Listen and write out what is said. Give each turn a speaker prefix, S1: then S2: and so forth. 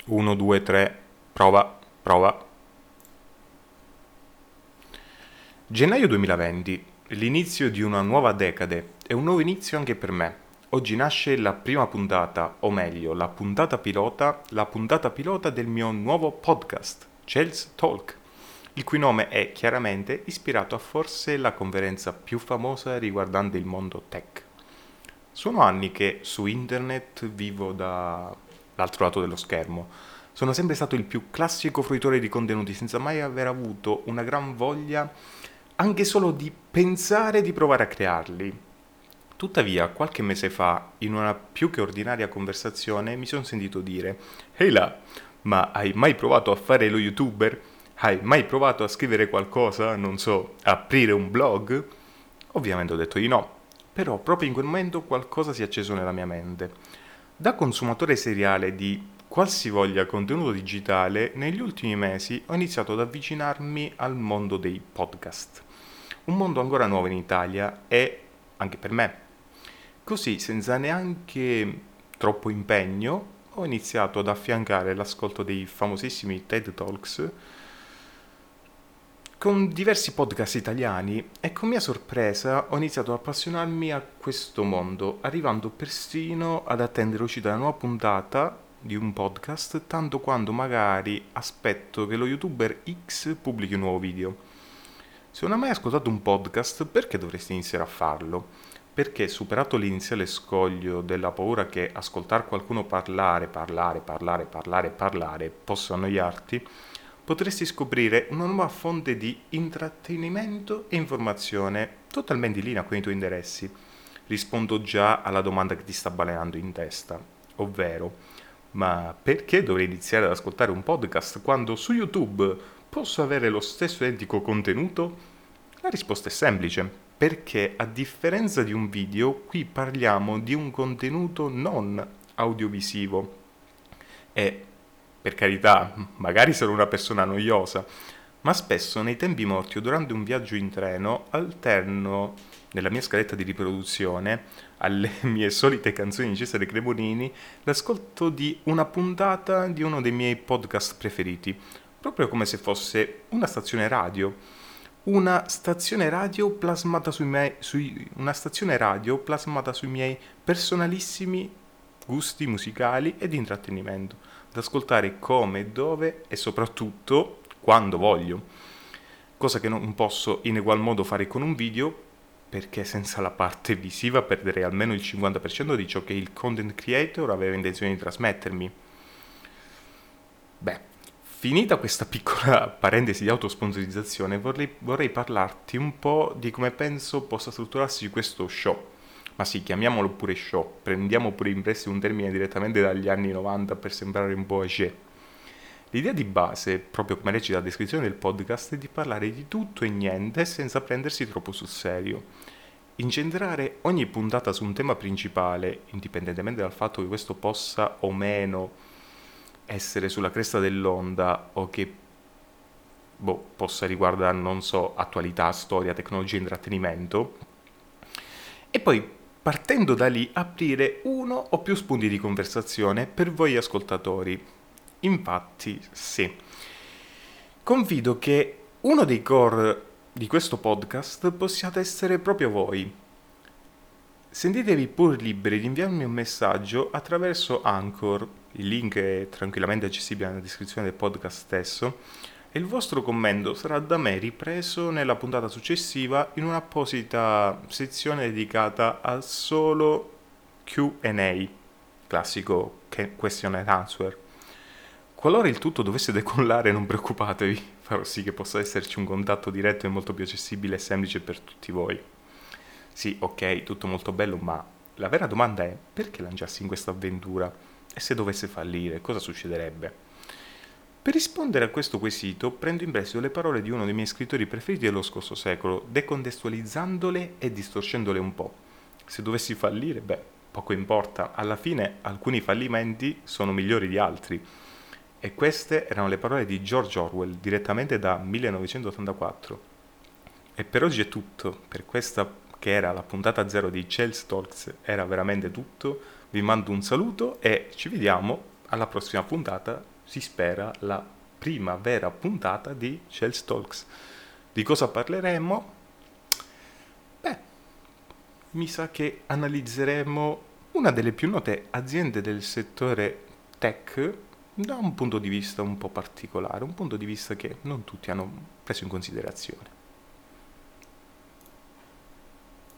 S1: 1, 2, 3, prova, prova. Gennaio 2020, l'inizio di una nuova decade e un nuovo inizio anche per me. Oggi nasce la prima puntata, o meglio, la puntata pilota del mio nuovo podcast, Chelsea Talk, il cui nome è chiaramente ispirato a forse la conferenza più famosa riguardante il mondo tech. Sono anni che su internet vivo dall'altro lato dello schermo. Sono sempre stato il più classico fruitore di contenuti senza mai aver avuto una gran voglia anche solo di pensare di provare a crearli. Tuttavia, qualche mese fa, in una più che ordinaria conversazione, mi sono sentito dire: Ehi là, ma hai mai provato a fare lo youtuber? Hai mai provato a scrivere qualcosa? Non so, aprire un blog? Ovviamente ho detto di no, però proprio in quel momento qualcosa si è acceso nella mia mente. Da consumatore seriale di qualsivoglia contenuto digitale, negli ultimi mesi ho iniziato ad avvicinarmi al mondo dei podcast. Un mondo ancora nuovo in Italia e anche per me. Così, senza neanche troppo impegno, ho iniziato ad affiancare l'ascolto dei famosissimi TED Talks con diversi podcast italiani e con mia sorpresa ho iniziato ad appassionarmi a questo mondo, arrivando persino ad attendere l'uscita della nuova puntata di un podcast, tanto quanto magari aspetto che lo youtuber X pubblichi un nuovo video. Se non hai mai ascoltato un podcast, perché dovresti iniziare a farlo? Perché superato l'iniziale scoglio della paura che ascoltare qualcuno parlare possa annoiarti, potresti scoprire una nuova fonte di intrattenimento e informazione totalmente in linea con i tuoi interessi. Rispondo già alla domanda che ti sta balenando in testa, ovvero: ma perché dovrei iniziare ad ascoltare un podcast quando su YouTube posso avere lo stesso identico contenuto? La risposta è semplice, perché a differenza di un video, qui parliamo di un contenuto non audiovisivo. E, per carità, magari sono una persona noiosa, ma spesso nei tempi morti o durante un viaggio in treno alterno nella mia scaletta di riproduzione alle mie solite canzoni di Cesare Cremonini l'ascolto di una puntata di uno dei miei podcast preferiti, proprio come se fosse una stazione radio. Una stazione radio plasmata sui miei personalissimi gusti musicali e di intrattenimento, da ascoltare come, dove e soprattutto quando voglio, cosa che non posso in egual modo fare con un video perché senza la parte visiva perderei almeno il 50% di ciò che il content creator aveva intenzione di trasmettermi. Beh, finita questa piccola parentesi di autosponsorizzazione, vorrei parlarti un po' di come penso possa strutturarsi questo show. Ma sì, chiamiamolo pure show, prendiamo pure in prestito un termine direttamente dagli anni 90 per sembrare un po' agé. L'idea di base, proprio come recita la descrizione del podcast, è di parlare di tutto e niente senza prendersi troppo sul serio. Incentrare ogni puntata su un tema principale, indipendentemente dal fatto che questo possa o meno essere sulla cresta dell'onda o che possa riguardare, non so, attualità, storia, tecnologia, intrattenimento, e poi partendo da lì aprire uno o più spunti di conversazione per voi ascoltatori. Infatti, sì, confido che uno dei core di questo podcast possiate essere proprio voi. Sentitevi pur liberi di inviarmi un messaggio attraverso Anchor, il link è tranquillamente accessibile nella descrizione del podcast stesso, e il vostro commento sarà da me ripreso nella puntata successiva in un'apposita sezione dedicata al solo Q&A, classico question and answer. Qualora il tutto dovesse decollare, non preoccupatevi, farò sì che possa esserci un contatto diretto e molto più accessibile e semplice per tutti voi. Sì, ok, tutto molto bello, ma la vera domanda è: perché lanciarsi in questa avventura? E se dovesse fallire, cosa succederebbe? Per rispondere a questo quesito, prendo in prestito le parole di uno dei miei scrittori preferiti dello scorso secolo, decontestualizzandole e distorcendole un po'. Se dovessi fallire, poco importa, alla fine alcuni fallimenti sono migliori di altri. E queste erano le parole di George Orwell, direttamente da 1984. E per oggi è tutto, per questa che era la puntata 0 di Chelsea Talks era veramente tutto. Vi mando un saluto e ci vediamo alla prossima puntata si spera, la prima vera puntata di Shells Talks. Di cosa parleremo? Beh, mi sa che analizzeremo una delle più note aziende del settore tech da un punto di vista un po' particolare, un punto di vista che non tutti hanno preso in considerazione.